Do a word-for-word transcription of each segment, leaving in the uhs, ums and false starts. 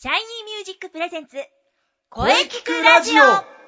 シャイニーミュージックプレゼンツ声聞くラジオ。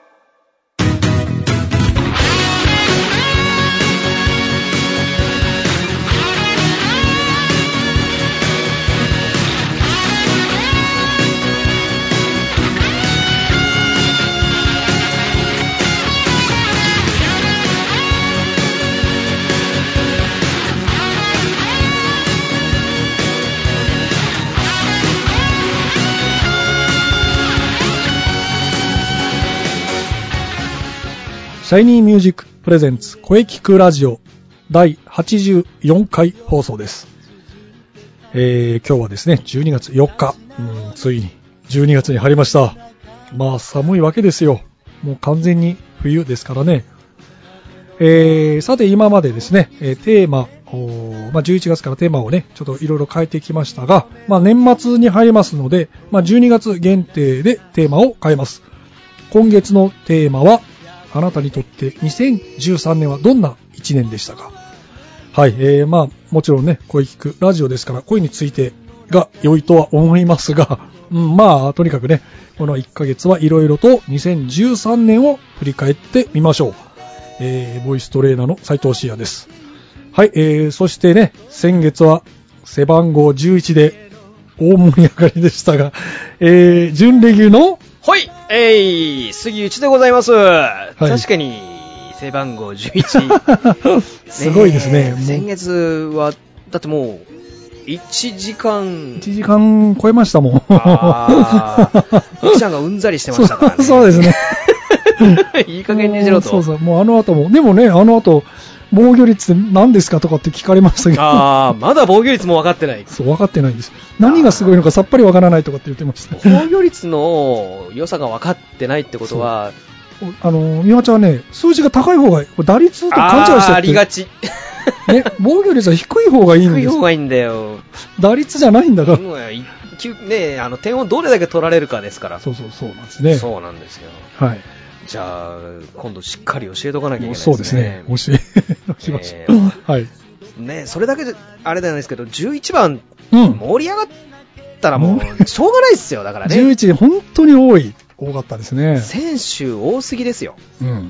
シャイニーミュージックプレゼンツ声聞くラジオだいはちじゅうよんかい放送です。えー、今日はですねじゅうにがつよっか、うん、ついにじゅうにがつに入りました。まあ寒いわけですよ。もう完全に冬ですからね。えー、さて今までですね、えー、テーマまあ、じゅういちがつからテーマをねちょっといろいろ変えてきましたが、まあ、年末に入りますので、まあ、じゅうにがつ限定でテーマを変えます。今月のテーマはあなたにとってにせんじゅうさんねんはどんないちねんでしたか。はい、えー、まあもちろんね声聞くラジオですから声についてが良いとは思いますが、うん、まあとにかくねこのいっかげつはいろいろとにせんじゅうさんねんを振り返ってみましょう。えー、ボイストレーナーの斉藤慎也です。はい、えー、そしてね先月は背番号じゅういちで大盛り上がりでしたが、えー、準レギュのはい、えー、杉内でございます。はい、確かに背番号じゅういちすごいですね。 先月はだってもういちじかんいちじかん超えましたもん。 ああ、ゆきちゃんがうんざりしてましたからね。 そうですね。 いい加減にしろと。 そうそう、もうあの後もでもねあの後防御率って何ですかとかって聞かれましたけど、 ああ、まだ防御率も分かってない。 そう、分かってないんです。何がすごいのかさっぱり分からないとかって言ってました。 防御率の良さが分かってないってことは、 あの美穂ちゃんはね数字が高い方が打率と勘違いしてて、 あありがち。 ね、防御率は低い方がいいんです。 低い方がいいんだよ。 打率じゃないんだから。 ね、あの点をどれだけ取られるかですから。 そうそうそうなんですね。 そうなんですよ。 はい。 じゃあ今度しっかり教えとかなきゃいけないですね。 そうですね。教えおきましょう。えー、はい。 ね、それだけであれなんですけどじゅういちばん盛り上がったらもうしょうがないですよ。だからね。 じゅういち本当に多い多かったですね。 選手多すぎですよ。 うん。うん、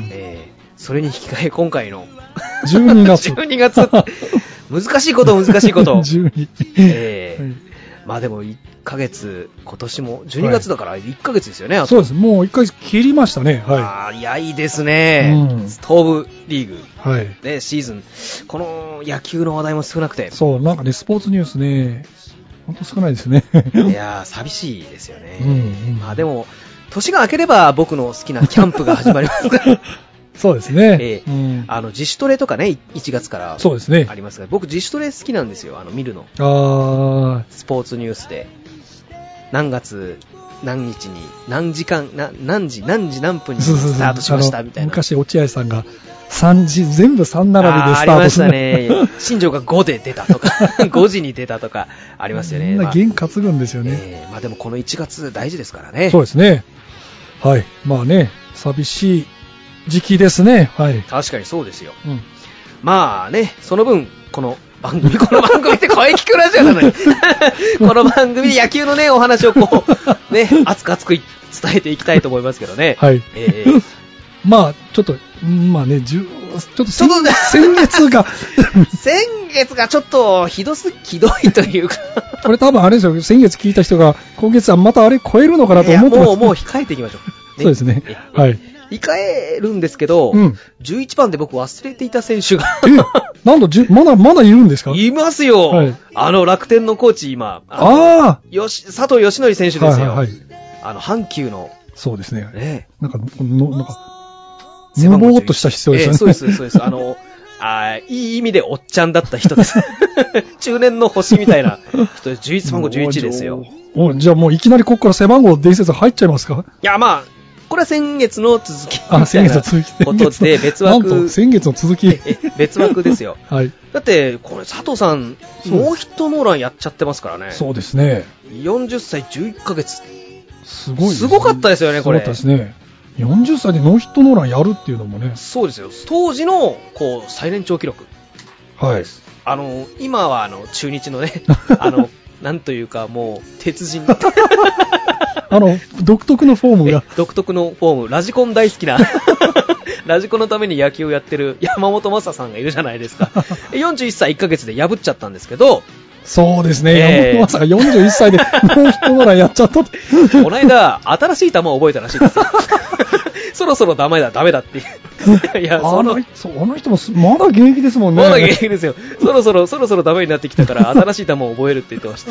えー、それに引き換え今回のじゅうにがつじゅうにがつ難しいこと難しいこと。 じゅうに。 えーはい、 まあでもいっかげつ今年もじゅうにがつだからいっかげつですよね。はい、 そうです。もういっかげつ切りましたね。はい。 ああ、いやいいですね。うん、ストーブリーグ、はい、ね、シーズンこの野球の話題も少なくて、 そうなんかねスポーツニュースね本当少ないですね。 いや寂しいですよね。うんうん、まあでも年が明ければ僕の好きなキャンプが始まりますから。 そうですね、 えーうん、あの自主トレとかねいちがつからそうですねありますが、僕自主トレ好きなんですよ。あの見るの、 あスポーツニュースで何月何日に何時間な何時何時何分にスタートしましたみたいな。 昔落合さんがさんじ全部さん並びでスタートあ, ありましたね。新庄がごで出たとかごじに出たとかありますよね。 みんな弦担ぐんですよね。 まあえーまあ、でもこのいちがつ大事ですからね。 そうですね。はい、まあね寂しい時期ですね。はい。 確かにそうですよ。うん、まあねその分この番組この番組って声聞くラジオなのにこの番組で野球のねお話をこうね熱く熱く伝えていきたいと思いますけどね。 はい。えー、まあちょっとまあねちょっと先月が先月がちょっとひどすひどいというかこれ多分あれですよ。先月聞いた人が今月はまたあれ超えるのかなと思ってます。 もうもう控えていきましょう。 ね、そうですね。はい。 控えるんですけど、うん、じゅういちばんで僕忘れていた選手がなんだまだまだいるんですか。 いますよ、はい、あの楽天のコーチ今ああよし佐藤義則選手ですよ、はいはいはい、あの阪急のそうですね、 ねなんかのなんか無謀とした必要ですよね、 えー、そうですそうですあのあいい意味でおっちゃんだった人です中年の星みたいな人でじゅういちばんごじゅういちですよ。 おじゃあもういきなりここから背番号伝説入っちゃいますか。 いやまあこれは先月の続きみたいなことで別枠なんと先月の続き別枠ですよ、 はい、 だってこれ佐藤さんノーヒットノーランやっちゃってますからね。 そうですね。 よんじゅっさいじゅういっかげつすごいです、 ね、すごかったですよねこれ。 すごかったですね。よんじゅっさいでノーヒットノーランやるっていうのもね。 そうですよ。当時のこう最年長記録。 はい。 あの今はあの中日のねあのなんというかもう鉄人あの独特のフォームが独特のフォーム、ラジコン大好きなラジコンのために野球をやってる山本昌さんがいるじゃないですか。よんじゅういっさいいっかげつで破っちゃったんですけど、 そうですね、 えー、 山本昌がよんじゅういっさいでノーヒットノーランやっちゃったって。 この間新しい球を覚えたらしいですよ。そろそろダメだダメだっていういやそのあのそうあの人もまだ現役ですもんね。 まだ現役ですよ。そろそろそろそろダメになってきたから新しい球を覚えるって言ってました。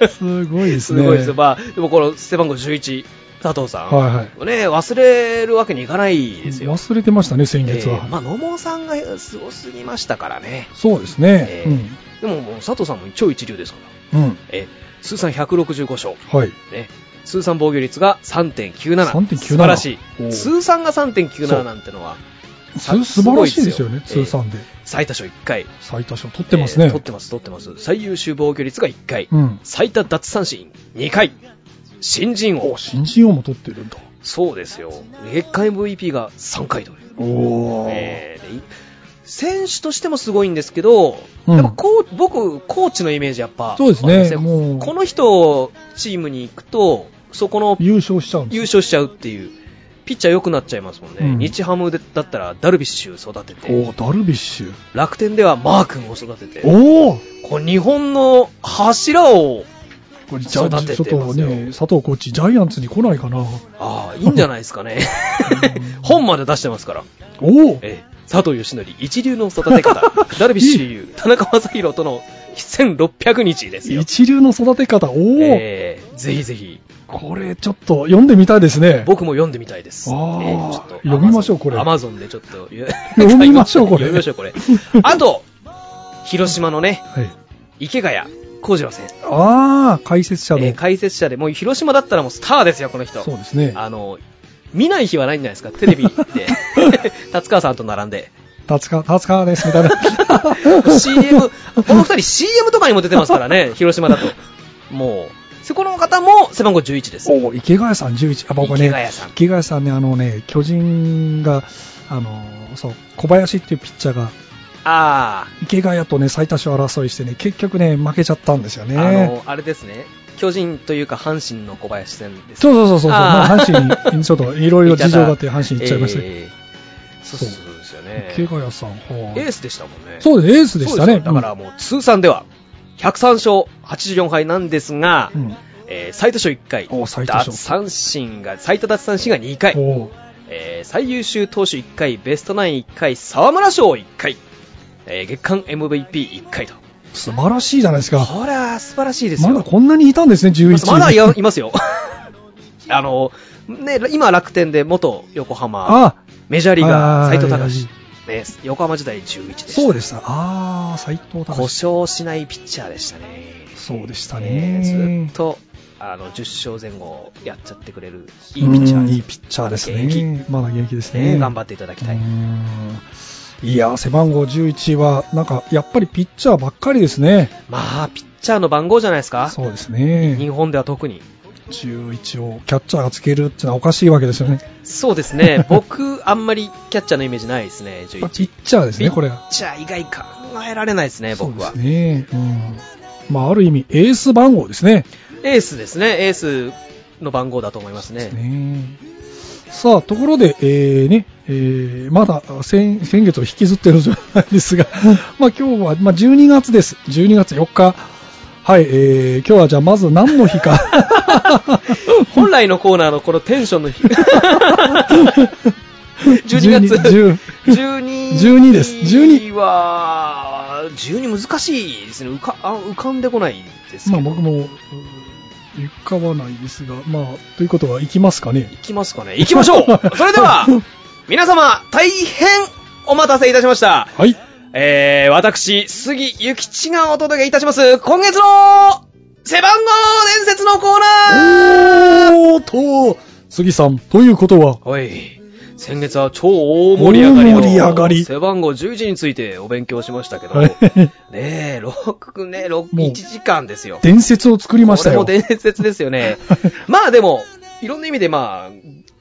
すごいですね。 すごいですよ。まあでもこの背番号じゅういち佐藤さん、 はいはい、 ね、忘れるわけにいかないですよ。 忘れてましたね先月は。 えー、まあ野茂さんがすごすぎましたからね。 そうですね。 えーうん、でももう佐藤さんも超一流ですから。 うん、 えー、通算ひゃくろくじゅうごしょう。 はい。 ね。通算防御率が さんてんきゅうなな。 さんてんきゅうなな。 素晴らしい。通算が さんてんきゅうなな なんてのは素晴らしいですよね、通算で。 えー、最多勝いっかい。 最多勝取ってますね。えー、 取ってます、取ってます。最優秀防御率がいっかい。 うん、 最多奪三振にかい。新人王。 新人王も取ってるんだ。 そうですよ。月間 エムブイピー がさんかいという。 おー。 えー、選手としてもすごいんですけど、うん、やっぱこう僕、コーチのイメージやっぱ。 そうですね。もうこの人、チームに行くと、そこの優勝しちゃうんです。 優勝しちゃうっていう。ピッチャー良くなっちゃいますもんね。うん、日ハムだったらダルビッシュ育てて。 おー、ダルビッシュ。 楽天ではマー君を育てて。 おー。 これ日本の柱をこれ育ててますよ。ね、佐藤コーチ、ジャイアンツに来ないかな。 ああ、いいんじゃないですかね。本まで出してますから。 おお。 え佐藤義則、一流の育て方。ダルビッシュ有、田中将大とのせんろっぴゃくにちですよ。 一流の育て方、おお。 えー、ぜひぜひ。 これちょっと読んでみたいですね。 僕も読んでみたいです。 あーえー、ちょっと読みましょう、これ。 アマゾンでちょっと読みましょう、これ。 読みましょう、これ。あと、広島のね、 はい、 池谷幸次郎選手。 ああ、解説者で、 えー。解説者で、もう広島だったらもうスターですよ、この人。 そうですね。 あの、見ない日はないんじゃないですか、テレビで。達川さんと並んで。 達川、達川です、みたいな。 シーエム、この二人 シーエム とかにも出てますからね、広島だと。もう、そこの方も背番号じゅういちです。 お池谷さんじゅういち。あ、僕ね、 池谷さん。 池谷さんね、あのね、巨人が、あの、そう、小林っていうピッチャーが、 ああ。 池谷とね、最多勝争いしてね、結局ね、負けちゃったんですよね。 あの、あれですね。巨人というか、阪神の小林戦です。 そうそうそうそう。まあ、阪神にちょっといろいろ事情があって阪神行っちゃいましたけど。えー、そうそうですよね。 池谷さん、はエースでしたもんね。 そうです、エースでしたね。 だからもう通算では、ひゃくさんしょう、はちじゅうよんはいなんですが、うんえー、最多勝いっかい。奪三振が、最多奪三振がにかい。えー、最優秀投手いっかい、ベストナインいっかい、沢村賞いっかい。えー、月間 エムブイピーいっかいと。 素晴らしいじゃないですか。 これは素晴らしいですよ。 まだこんなにいたんですね、じゅういちい。 まだいますよ。あの、ね、今楽天で元横浜、メジャーリーガー、斉藤隆。ね、横浜時代じゅういちでした。 そうでした。あー、斉藤隆。 故障しないピッチャーでしたね。 そうでしたね。 えー、ずっと、あの、じゅっしょうぜん後やっちゃってくれる、いいピッチャー。 いいピッチャーですね。まだ現役ですね。 ね、頑張っていただきたい。 いや、背番号じゅういちは、なんか、やっぱりピッチャーばっかりですね。 まあ、ピッチャーの番号じゃないですか。 そうですね。 日本では特に。 じゅういちをキャッチャーがつけるってのはおかしいわけですよね。 そうですね。僕、あんまりキャッチャーのイメージないですね、じゅういち。 ピッチャーですね、これは。 ピッチャー以外考えられないですね、僕は。 そうですね。うん。まあ、ある意味、エース番号ですね。 エースですね。エースの番号だと思いますね。 そうですね。さあ、ところで、えー、ね、えー、まだ先、先月を引きずってるじゃないですが、まあ今日は、まあじゅうにがつです。じゅうにがつよっか。はい、えー、今日はじゃあまず何の日か。 本来のコーナーのこのテンションの日。じゅうにがつ。じゅうに。 じゅうにです。じゅうには、じゅうに難しいですね。浮か、あ、浮かんでこないですけど。 まあ僕も、浮かばないですが、まあ、ということは行きますかね。 行きますかね。行きましょうそれでは、皆様、大変お待たせいたしました。 はい。 えー、私、杉ゆきちがお届けいたします、今月の背番号伝説のコーナーおーと、杉さん、ということはおい。先月は超大盛り上がりの盛り上がり背番号じゅういちについてお勉強しましたけど、ねえ、ろくね、ろく、いちじかんですよ。 伝説を作りましたよ。 これも伝説ですよね。まあでも、いろんな意味でまあ、ね、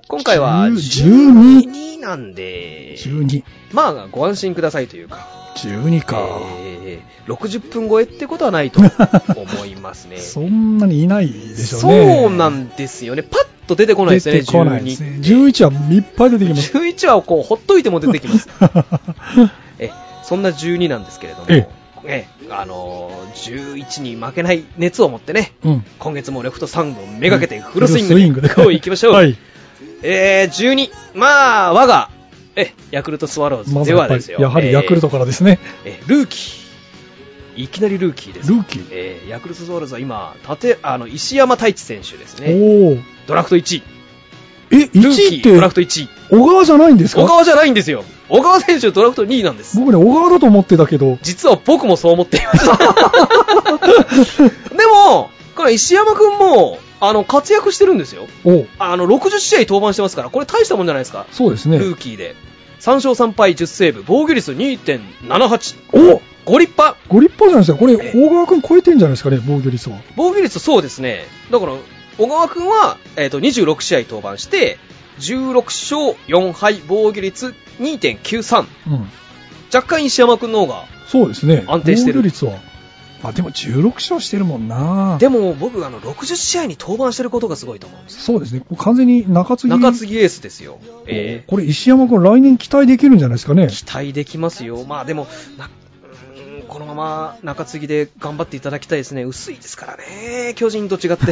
今回はじゅうに。 じゅうになんで、 じゅうに。 まあ、ご安心くださいというか。 じゅうにか。 えー、ろくじゅっぷん超えってことはないと思いますね。 そんなにいないでしょうね。 そうなんですよね。パッと出てこないですね、 出てこないですね。じゅういちはいっぱい出てきます。 じゅういちはこう、ほっといても出てきます。え、そんなじゅうになんですけれども、 ええ、あのー、じゅういちに負けない熱を持ってね、うん、今月もレフトサウンドをめがけてフルスイングでこう行きましょう。はい、えー、じゅうに、まあ、我が、え、ヤクルトスワローズではですよ。 やはりヤクルトからですね。 えー、ルーキー。いきなりルーキーです。 ルーキー、 えー、ヤクルトスワローズは今、縦、あの、石山太一選手ですね。 おドラフトいちい。 え、いちいってドラフトいちい。 小川じゃないんですか？ 小川じゃないんですよ。小川選手ドラフトにいなんです。 僕ね、小川だと思ってたけど。 実は僕もそう思っていました。でも、これ石山くんも、あの、活躍してるんですよ。 おあの、ろくじゅっしあい登板してますから、これ大したもんじゃないですか。 そうですね。 ルーキーで。さんしょうさんぱいじゅっセーブ、防御率 にてんななはち。 おご立派。 ご立派じゃないですか。これ、小川くん超えてんじゃないですかね、防御率は。 防御率そうですね。だから、小川くんは、えっと、にじゅうろくしあい登板して、じゅうろくしょうよんはい防御率 にてんきゅうさん、うん、若干石山君の方がそうですね安定してる。 防御率はあでもじゅうろくしょうしてるもんな。 でも僕あのろくじゅっしあいに登板してることがすごいと思うんです。 そうですね。完全に中継ぎ中継ぎエースですよ、 えー、これ石山君来年期待できるんじゃないですかね。 期待できますよ。まあでもなこのまま中継ぎで頑張っていただきたいですね。薄いですからね、巨人と違って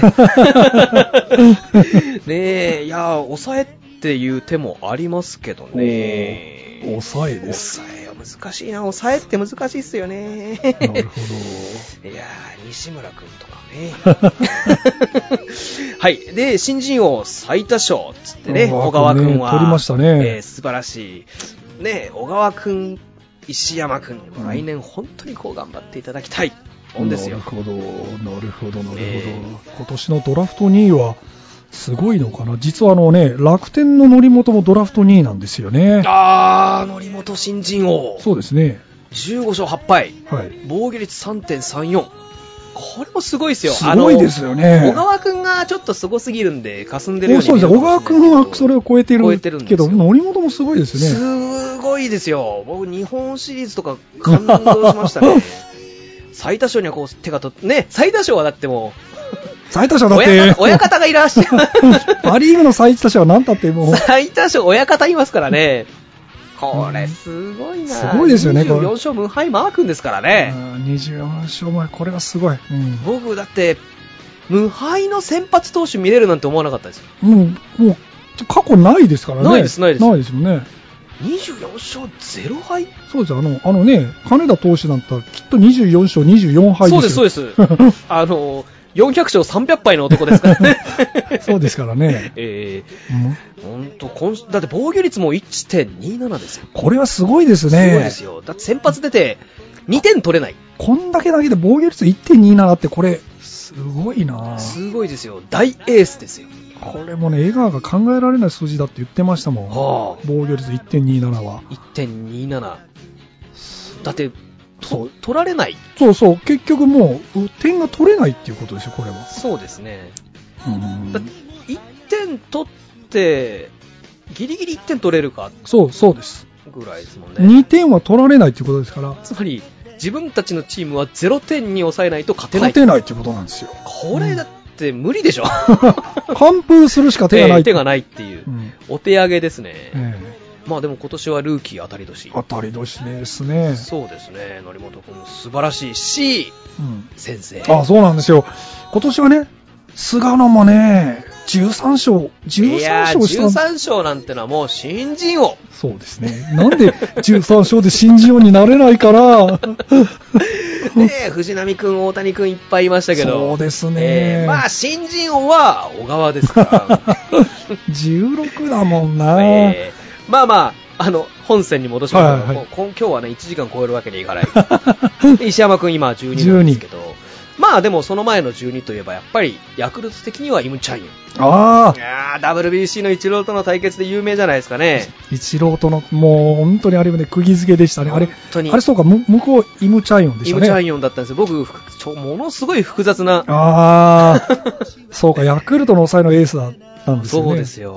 ねえ、いや抑えっていう手もありますけどね。 抑えです。 抑えは難しいな。抑えって難しいっすよね。 なるほど。いやー、西村君とかね。はい。で、新人王最多勝っつってね、小川君は、 取りましたね。 えー、素晴らしい。ね、小川君、石山君、うん、来年本当にこう頑張っていただきたいもんですよ。 なるほど、なるほど、なるほど。えー、今年のドラフトにいはすごいのかな。実はあのね、楽天の則本もドラフトにいなんですよね。 あー、則本新人王。 そうですね。 じゅうごしょうはっぱい。 はい。 防御率 さんてんさんよん。これもすごいですよ。 すごいですよね。 小川くんがちょっとすごすぎるんで、霞んでるように見えるそうです。小川くんはそれを超えてる。 超えてるんですけど、則本もすごいですね。 すごいですよ。僕、日本シリーズとか感動しましたね。最多勝にはこう手がとね、最多勝はだってもう、 最多勝だって親方、親方がいらっしゃる。 パリーグの最多勝は何だってもう。 最多勝、親方いますからね。これすごいな。 すごいですよね。 にじゅうよんしょう無敗マー君ですからね。 にじゅうよんしょう前、これはすごい。うん、 僕だって無敗の先発投手見れるなんて思わなかったですよ。 もう、もう過去ないですからね。 ないですないです。 ないですよね。 にじゅうよんしょうゼロはい。 そうです。あのあのね、金田投手なんてきっとにじゅうよんしょうにじゅうよんはいですよ。 そうですそうです。あのよんひゃくしょうさんびゃくぱいの男ですからね。 そうですからね。 えー、うん、本当だって防御率も いってんになな ですよ。 これはすごいですね。 すごいですよ。だって先発出てにてん取れない。 こんだけだけで防御率 いってんになな ってこれすごいな。 すごいですよ。大エースですよ。 これもね、江川が考えられない数字だって言ってましたもん。はあ、防御率 いってんになな は。 いってんになな。だってと取られない。 そうそう。結局もう点が取れないっていうことですよ、これは。 そうですね。 うんだいってん取ってギリギリいってん取れるか。 そうそうです。 ぐらいですもんね。 にてんは取られないっていうことですから。 つまり自分たちのチームはゼロてんに抑えないと勝てない。 勝てないっていうことなんですよ。 これだって無理でしょ。 完封するしか手がない。 えー、手がないっていう、うん、お手上げですね。 えーまあでも今年はルーキー当たり年。 当たり年ですね。 そうですね。則本君も素晴らしいし、うん、先生。 あ、そうなんですよ。今年はね、菅野もね、じゅうさんしょう、じゅうさん勝した。 いや、じゅうさんしょうなんてのはもう新人王。 そうですね。なんでじゅうさんしょうで新人王になれないから。ねえ、藤浪君、大谷君いっぱいいましたけど。 そうですね。 えー、まあ新人王は小川ですから。 じゅうろくだもんな。 えーまあまあ、あの、本線に戻しますけど、 はいはい、 今日はね、いちじかん超えるわけにいかない。石山くん今じゅうになんですけど、まあでもその前のじゅうにといえば、やっぱりヤクルト的にはイムチャイン。 ああ。 いやー、ダブリュービーシー のイチローとの対決で有名じゃないですかね。 イチローとの、もう本当にあれもね、釘付けでしたね。あれ、 本当に。 あれそうか、向こうイムチャイオンでしたね。 イムチャイオンだったんですよ。僕、ちょものすごい複雑な。 ああ。そうか、ヤクルトの抑えのエースだったんですよね。 そうですよ。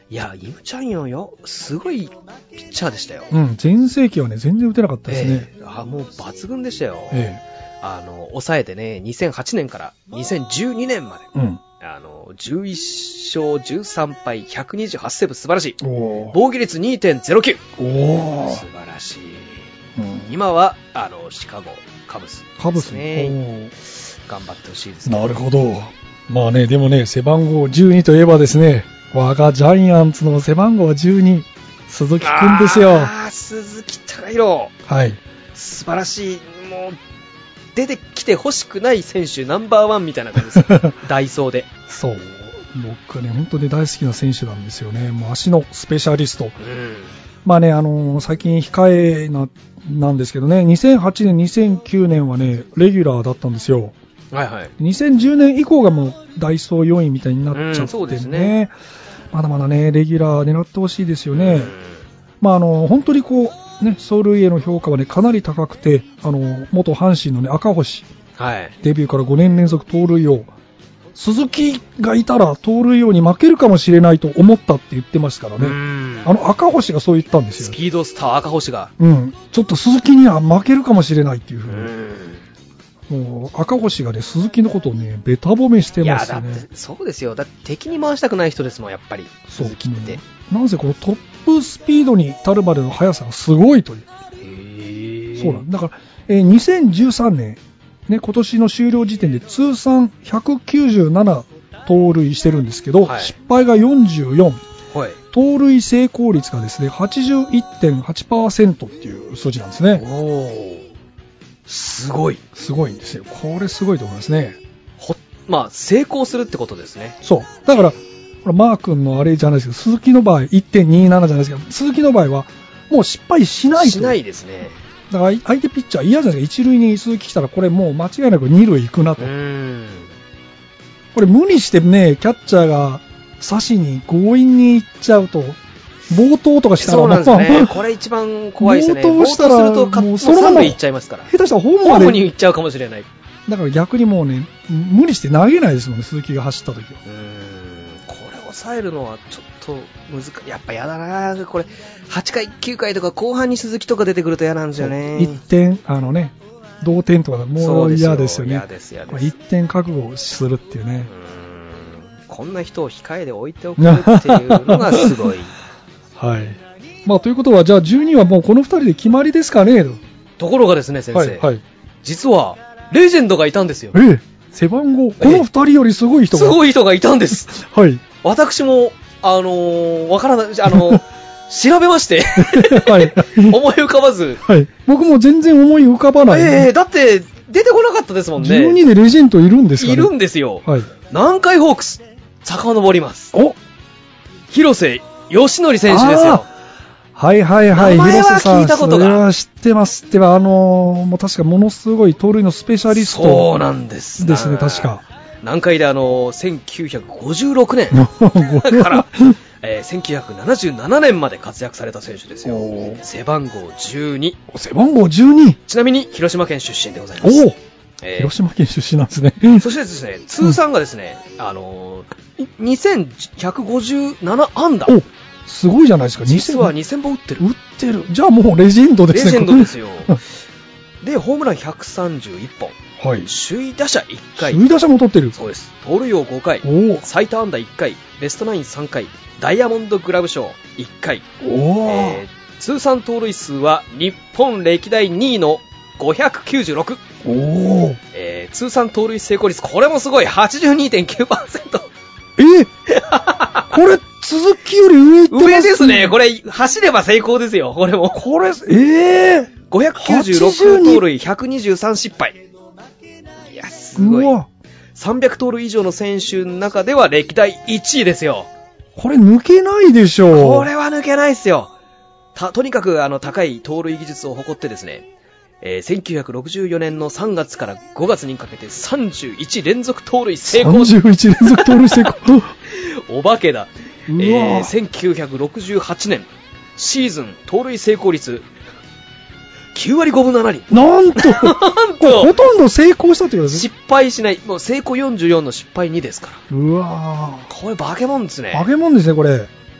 いや、イムチャンヨンよ、すごいピッチャーでしたよ。 うん、前世紀はね、全然打てなかったですね。 えー、あもう抜群でしたよ。 ええー、あの、抑えてね、にせんはちねんからにせんじゅうにねんまで、 うん、あの、じゅういっしょうじゅうさんぱい、ひゃくにじゅうはちセーブ、素晴らしい。 お防御率 にてんゼロきゅう。 お素晴らしい。 うん、 今は、あの、シカゴ、カブス、ね。 カブスね。頑張ってほしいですね。 なるほど。まあね、でもね、背番号じゅうにといえばですね、我がジャイアンツの背番号じゅうに、鈴木くんですよ。 ああ、鈴木貴弘。 はい。 素晴らしい。もう、出てきて欲しくない選手ナンバーワンみたいな感じです。ダイソーで。 そう。僕ね、本当に大好きな選手なんですよね。もう足のスペシャリスト。うん、まあね、あのー、最近控えな、なんですけどね、にせんはちねん、にせんきゅうねんはね、レギュラーだったんですよ。 はいはい。 にせんじゅうねん以降がもうダイソーよんいみたいになっちゃって、ね、うん、そうですね。まだまだね、レギュラー狙ってほしいですよね。うん、まああの、本当にこう、ね、走塁への評価はね、かなり高くて、あの、元阪神のね、赤星。はい。デビューからごねん連続盗塁王。鈴木がいたら盗塁王に負けるかもしれないと思ったって言ってますからね。うん、あの赤星がそう言ったんですよ。 スピードスター赤星が。 うん。ちょっと鈴木には負けるかもしれないっていうふうに。もう赤星がね、鈴木のことをね、ベタ褒めしてますね。 いや、だってそうですよ。だって敵に回したくない人ですもん、やっぱり。鈴木って。 なんせこのトップスピードに至るまでの速さがすごいという。へー。そうなんだから、えー、にせんじゅうさんねん、ね、今年の終了時点で通算ひゃくきゅうじゅうなな盗塁してるんですけど、はい、失敗がよんじゅうよん。はい、盗塁成功率がですね、はちじゅういってんはちパーセント っていう数字なんですね。 おー。すごい。 すごいんですよ。これすごいと思いますね。 ほ、まあ、成功するってことですね。 そう。だから、これマー君のあれじゃないですけど、鈴木の場合 いってんにーなな じゃないですけど、鈴木の場合は、もう失敗しないと。 しないですね。 だから相手ピッチャー嫌じゃないですか。一塁に鈴木来たら、これもう間違いなく二塁行くなと。うーん。これ無理してね、キャッチャーが刺しに強引に行っちゃうと、暴投とかしたら、 そうなんですね。これ一番怖いですね。暴投したら、もうそのまま行っちゃいますから。 下手したらホームまで。 ホームに行っちゃうかもしれない。 だから逆にもうね、無理して投げないですもんね、鈴木が走った時は。 うーん。これ抑えるのはちょっと難しい。やっぱ嫌だな。これ、はちかい、きゅうかいとか後半に鈴木とか出てくると嫌なんですよね。 いってん、あのね、同点とかもう嫌ですよね。 嫌ですよね。 いってん覚悟するっていうね。うーん。 こんな人を控えで置いておくっていうのがすごい。 はい。まあ、ということは、じゃあじゅうにはもうこのふたりで決まりですかね。 ところがですね、先生。はいはい、実は、レジェンドがいたんですよ。 ええ、背番号、このふたりよりすごい人が。 すごい人がいたんです。はい。私も、あのー、わからない、あのー、調べまして。はい。思い浮かばず。 はい。僕も全然思い浮かばない、 ね。ええー、だって、出てこなかったですもんね。 じゅうにでレジェンドいるんですかね。 いるんですよ。はい。南海ホークス、遡ります。お広瀬義則選手ですよ。 はいはいはい。 名前は聞いたことが。 それは知ってます。では、あのー、もう確かものすごい盗塁のスペシャリスト。 そうなんです。 ですね、確か。 南海であのー、せんきゅうひゃくごじゅうろくねんから、えー、せんきゅうひゃくななじゅうななねんまで活躍された選手ですよ。背番号じゅうに。 背番号じゅうに。 ちなみに、広島県出身でございます。おえー、広島県出身なんですね。 そしてですね、通算がですね、うん、あのー、にせんひゃくごじゅうなな安打。 おすごいじゃないですか。 実はにせんぼん打ってる。 打ってる。じゃあもうレジェンドですね。 レジェンドですよ。で、ホームランひゃくさんじゅういっぽん。はい。首位打者いっかい。 首位打者も取ってる。 そうです。盗塁王ごかい。最多安打いっかい。ベストナインさんかい。ダイヤモンドグラブ賞いっかい。おえー、通算盗塁数は日本歴代にいのごひゃくきゅうじゅうろく。おー。えー、通算盗塁成功率、これもすごい。はちじゅうにてんきゅうパーセント。 えこれ、鈴木より上行ってますね。 上ですね。これ、走れば成功ですよ。これも。 これ、えー、 ごひゃくきゅうじゅうろく盗塁、ひゃくにじゅうさん失敗。いや、すごい。うわさんびゃく盗塁以上の選手の中では歴代いちいですよ。 これ抜けないでしょう。 これは抜けないですよ。た、とにかく、あの、高い盗塁技術を誇ってですね、えー、せんきゅうひゃくろくじゅうよねんのさんがつからごがつにかけてさんじゅういち連続盗塁成功。 さんじゅういち連続盗塁成功。 お化けだ。えー、せんきゅうひゃくろくじゅうはちねんシーズン盗塁成功率きゅうわりごぶななり。 なんとなんとほとんど成功したってことですね。 失敗しない。もう成功よんじゅうよんの失敗にですから。 うわー。 これ化け物ですね。 化け物ですね、これ。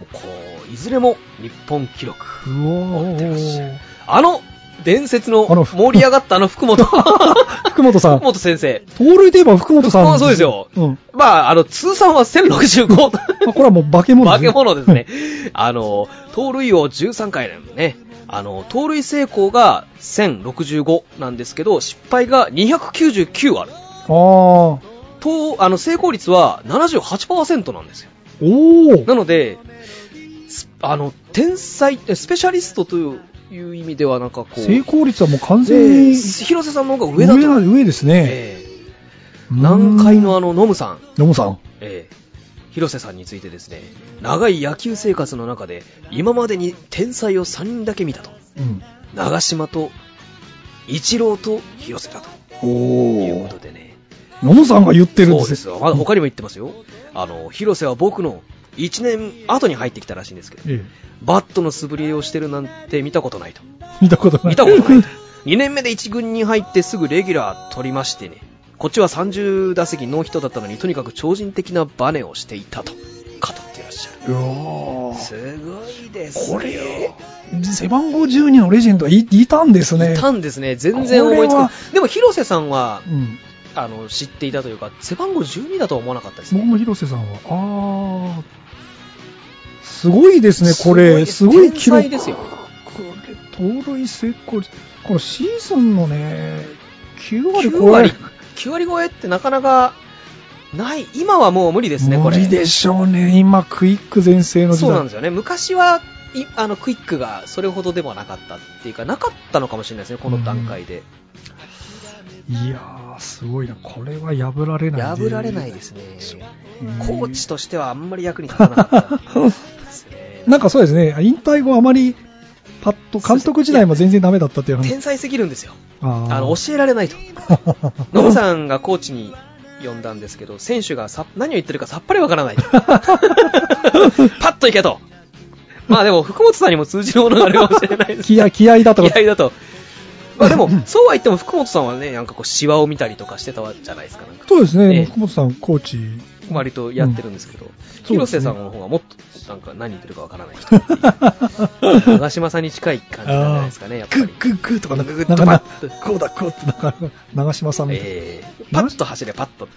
こういずれも日本記録うおを持ってらっしゃる。 ー。 あの伝説のあの盛り上がったあの福本福本さん。 福本先生。 盗塁といえば福本さん。 そうですよ。 うん。 まあ、あの、通算はせんろくじゅうご。 これはもう化け物ですね。 化け物ですね。あの、盗塁王じゅうさんかいなんでね。あの、盗塁成功がせんろくじゅうごなんですけど、失敗がにひゃくきゅうじゅうきゅうある。 ああ。 と、あの、成功率は ななじゅうはちパーセント なんですよ。 おお。 なので、あの、天才、スペシャリストという、いう意味ではなんかこう。 成功率はもう完全に。 広瀬さんの方が上だと。 上、上ですね。 えー、南海のあの、ノムさん。 ノムさん。 えー広瀬さんについてですね、長い野球生活の中で今までに天才をさんにんだけ見たと、うん、長嶋とイチローと広瀬だということでね、 野茂さんが言ってるんです。 そうですよ。まだ他にも言ってますよ。あの広瀬は僕のいちねんごに入ってきたらしいんですけど、ええ、バットの素振りをしてるなんて見たことないと。 見たことない。 見たことないと。にねんめでいち軍に入ってすぐレギュラー取りましてね。こっちはさんじゅう打席ノーヒットだったのにとにかく超人的なバネをしていたと語っていらっしゃる。うわすごいですよ。 これ背番号じゅうにのレジェンドが い, いたんですね。 いたんですね。全然思いつかない。でも広瀬さんは、うん、あの知っていたというか背番号じゅうにだとは思わなかったですね。 僕も広瀬さんはああすごいですね。これすごい記録ですよ。 これ盗塁成功このシーズンのねきゅうわり超えきゅうわり超えってなかなかない今はもう無理ですね。これ無理でしょうね。今クイック全盛の時代。 そうなんですよね。昔はいあのクイックがそれほどでもなかったっていうかなかったのかもしれないですね。この段階で、 うん、いやーすごいな。これは破られない破られないですね。コーチとしてはあんまり役に立たなかったですね。 なんかそうですね。引退後あまりパッと監督時代も全然ダメだったっていう話。 天才すぎるんですよ。 ああの教えられないと。ノブさんがコーチに呼んだんですけど、選手がさ何を言ってるかさっぱりわからないと。パッといけと。まあでも福本さんにも通じるものがあるかもしれないです。 気合気合だと。 気合だと。まあでもそうは言っても福本さんはねなんかこうシワを見たりとかしてたじゃないですか。なんかそうですね。えー、福本さんコーチ割とやってるんですけど、うん、広瀬さんの方がもっとなんか何言ってるかわからない人っていう長嶋さんに近い感じなんじゃないですかね。やっぱりグッグッグッとかなんかグッとパッとこうだこうってなんか長嶋さんみたいな、 えー、パッと走れパッと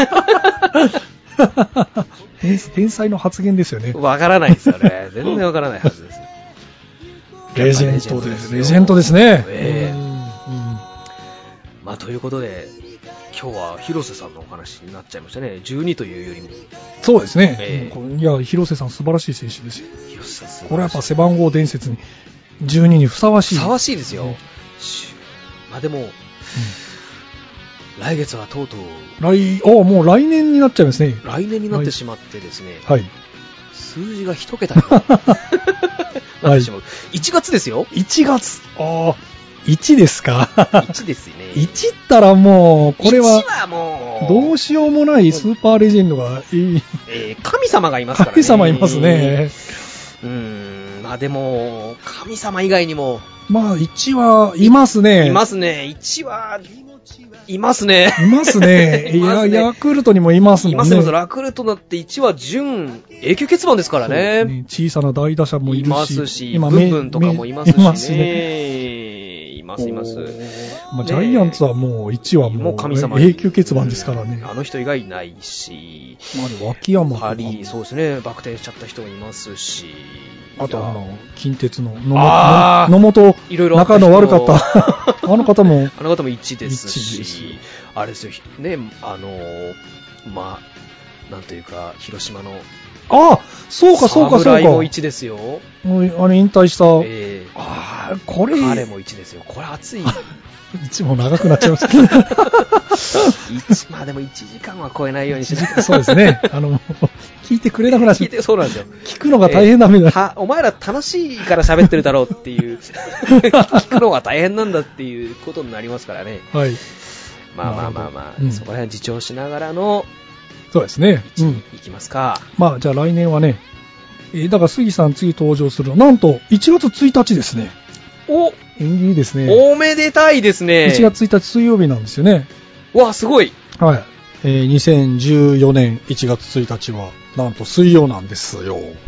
って天才の発言ですよね。 わからないですよね。全然わからないはずです。 レジェンドです。レジェンドですね。 えーうんうん、まあということで今日は広瀬さんのお話になっちゃいましたね。じゅうにというよりもそうですね、 えー、 いや広瀬さん素晴らしい選手ですよ。 広瀬さんこれはやっぱ背番号伝説にじゅうににふさわしいふさわしいですよ、ね、まあでも、うん、来月はとうとう来あもう来年になっちゃいますね。 来年になってしまってですね、 はい、 数字が一桁になってしまう、はい、いちがつですよ。 いちがつああいちですか。 いちですね。 いちったらもうこれはいちはもうどうしようもないスーパーレジェンドがいい、 えー、神様がいますからね。 神様いますね。 うーんまあでも神様以外にもまあいちはいますね。 いますね。いちはいますね。 いますね。いやヤクルトにもいますもんね。 いますね。ヤクルトだっていちは準永久欠番ですから ね, ね。 小さな大打者もいるし、 いますし、今ブンブンとかもいますしね。いますね。いますいます。 まあ、ジャイアンツはもういちはもう神様永久欠番ですからね。 あの人以外いないし、 まあ、脇山とかパリそうですね。バク転しちゃった人もいますし。 あとあの近鉄の野本仲の悪かったあの方もあの方もいちですし、あれですよね、あのまあなんというか広島のああそうかそうかそうか侍もいちですよ。 もうあれ引退した、 えー、 ああこれ彼もいちですよ。これ熱い。 いちも長くなっちゃいますまあでもいちじかんは超えないようにしてそうですね。あの聞いてくれなくなっちゃう。 聞いてそうなんですよ。 聞くのが大変だみたいな。 お前ら楽しいから喋ってるだろうっていう聞くのが大変なんだっていうことになりますからね。 はい。 まあまあまあまあ、うん、そこら辺自重しながらのそうですね。 いちに行きますか。 うん、まあじゃあ来年はね、えー、だから杉さん次登場するのなんといちがつついたちですね。 お縁起いいですね。 おめでたいですね。 いちがつついたち水曜日なんですよね。 わあすごい。 はい。えー、にせんじゅうよねんいちがつついたちはなんと水曜なんですよ。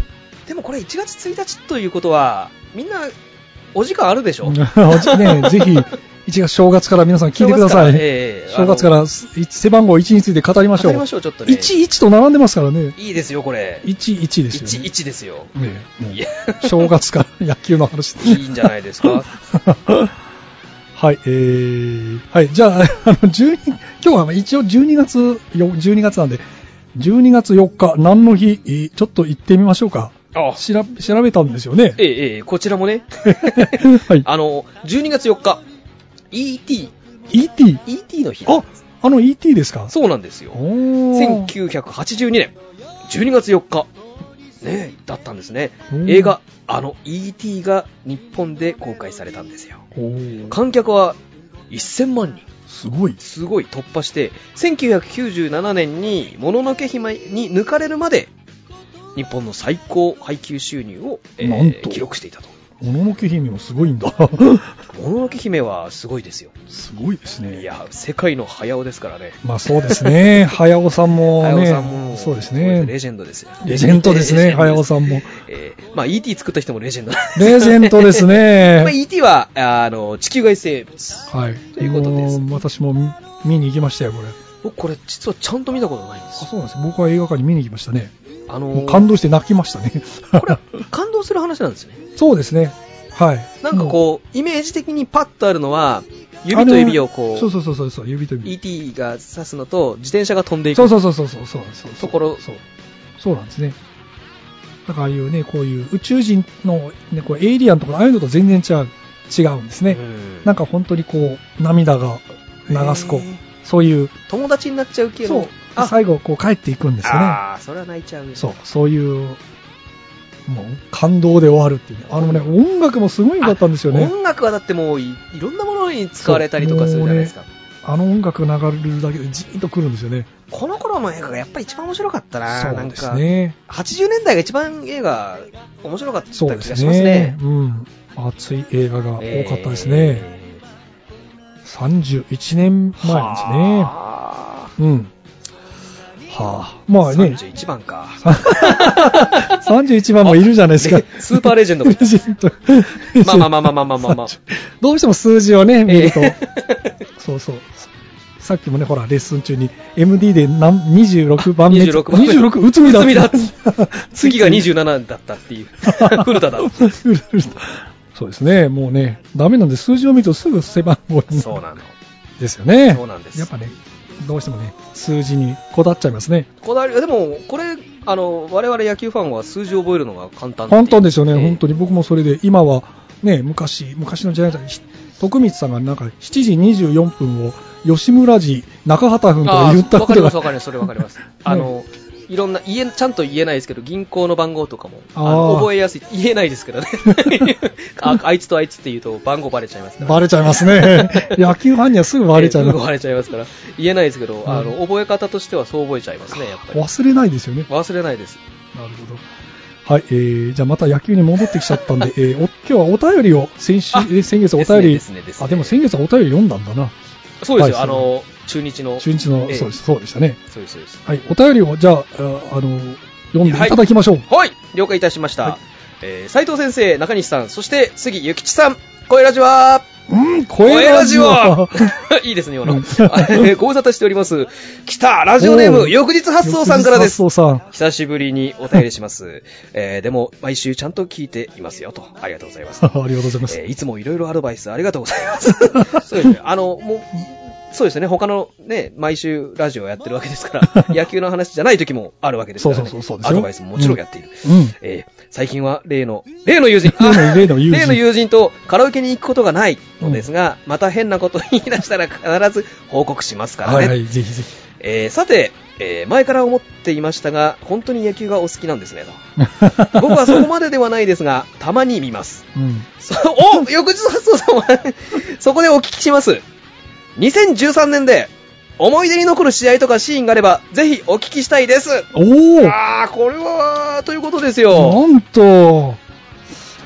でもこれいちがつついたちということは、みんなお時間あるでしょおじね、ぜひ、いちがつ正月から皆さん聞いてください。正月から背番号いちについて語りましょう。 語りましょう、ちょっとね。 いちいちと並んでますからね。 いいですよ、これ。 いちいちですよね。 いちいちですよ。 ねえ、正月から野球の話。 いいんじゃないですか。 はい、えー、はい、じゃあ、あの、じゅうに、今日は一応じゅうにがつ、じゅうにがつなんで、じゅうにがつよっか、何の日、ちょっと行ってみましょうか。ああ調べ、調べたんですよね。 ええ、ええ、こちらもね。はい。あの、じゅうにがつよっか、イーティー。 イーティー? イーティー の日。 あ、あの イーティー ですか？ そうなんですよ。せんきゅうひゃくはちじゅうにねん、じゅうにがつよっか、ね、だったんですね。映画、あの イーティー が日本で公開されたんですよ。観客はせんまんにん。 すごい。 すごい突破して、せんきゅうひゃくきゅうじゅうななねんにもののけ姫に抜かれるまで、日本の最高配給収入を、えー、記録していたと。 もののけ姫もすごいんだ。 もののけ姫はすごいですよ。 すごいですね。 いや、世界の早尾ですからね。 まあそうですね。早尾さんもね。 早尾さんも。 そうですね。 レジェンドですよ。 レジェンドですね、早尾さんも。 えー、まあ イーティー 作った人もレジェンド。 レジェンドですね。 まあ イーティー は、あの、地球外生物。 はい。 ということです。 私も見に行きましたよ、これ。 僕これ実はちゃんと見たことないんですよ。 あ、そうなんです。僕は映画館に見に行きましたね。 あのー、 感動して泣きましたね。 これ、感動する話なんですね。 そうですね。はい。 なんかこう、イメージ的にパッとあるのは、指と指をこう、 そうそうそうそう、指と指。 イーティー が指すのと、自転車が飛んでいく。 そうそうそうそうそうそうそう。 ところ。 そう。そうなんですね。だからああいうね、こういう宇宙人の、ね、こうエイリアンとか、ああいうのと全然違う、違うんですね。なんか本当にこう、涙が流す、こう、そういう。 友達になっちゃう系の。 そう。最後、こう帰っていくんですよね。 ああ、それは泣いちゃう。 そう、そういう、もう感動で終わるっていう、ね、あのね、音楽もすごい良かったんですよね。 音楽はだってもう い, いろんなものに使われたりとかするじゃないですか。ね、 あの音楽が流れるだけでジーンとくるんですよね。 この頃の映画がやっぱり一番面白かったな。 そうですね。 なんかはちじゅうねんだいが一番映画面白かった気がしますね。 そうですね。うん。熱い映画が多かったですね。えー、さんじゅういちねんまえですね。うん。はあ、まあね。 さんじゅういちばんか。 さんじゅういちばんもいるじゃないですか。 スーパーレジェンド。レジェンド。まあまあまあまあまあまあまあ。 どうしても数字をね、見ると。えー、そうそう。さっきもね、ほら、レッスン中に エムディー で何にじゅうろくばんめ。にじゅうろくばんめ。にじゅうろく、内海だ。内海だ。 次がにじゅうななだったっていう。古田だ。 そうですね、もうね、ダメなんで数字を見るとすぐ背番号に。 そうなの。 ですよね。 そうなんです。 やっぱね。どうしてもね、数字にこだわっちゃいますね。 こだわり、でも、これ、あの、我々野球ファンは数字を覚えるのが簡単。 簡単ですよね、えー、本当に僕もそれで、今は、ね、昔、昔の時代だったら、徳光さんがなんかしちじにじゅうよんぷんを吉村寺中畑君とか言ったことが。 わかります、わかります、それわかります。あの、いろんな、言え、ちゃんと言えないですけど、銀行の番号とかも、あの覚えやすい。言えないですけどね。あ, あいつとあいつって言うと番号バレちゃいますから、ね。 バレちゃいますね。野球ファンにはすぐバレちゃいます。 すぐバレちゃいますから。言えないですけど、あの、覚え方としてはそう覚えちゃいますね、やっぱり。 忘れないですよね。 忘れないです。 なるほど。はい、えー、じゃあまた野球に戻ってきちゃったんで、えー、お今日はお便りを、先週、え先月お便り、 ですねですねですね、 あ、でも先月はお便り読んだんだな。 そうですよ、はい、あの、中日の。 中日の、えー、そうです、そうでしたね。 そうです、そうです。 はい、お便りを、じゃあ、あの、読んでいただきましょう。 はい、はい、了解いたしました。はい、えー、斉藤先生、中西さん、そして杉ゆきちさん、声ラジはうん、声ラジはいいですね、今の。ご無沙汰しております。来たラジオネーム、翌日発送さんからです。 翌日発送さん。 久しぶりにお便りします。えー、でも、毎週ちゃんと聞いていますよと。ありがとうございます。 ありがとうございます。 えー、いつもいろいろアドバイスありがとうございます。そうですね。あの、もう、そうですね。他のね、毎週ラジオをやってるわけですから、野球の話じゃない時もあるわけですからね。 そうそうそうそう。 アドバイスももちろんやっている。 うん。 えー、最近は例の、例の友人。 例の、例の友人。 例の友人とカラオケに行くことがないのですが、うん、また変なこと言い出したら必ず報告しますからね。 はいはい、ぜひぜひ。 えー、さて、えー、前から思っていましたが、本当に野球がお好きなんですねと。僕はそこまでではないですが、たまに見ます。うん、お翌日発送さんはそこでお聞きします。にせんじゅうさんねんで思い出に残る試合とかシーンがあれば、ぜひお聞きしたいです。 おー。 あー、これは、ということですよ。 なんと、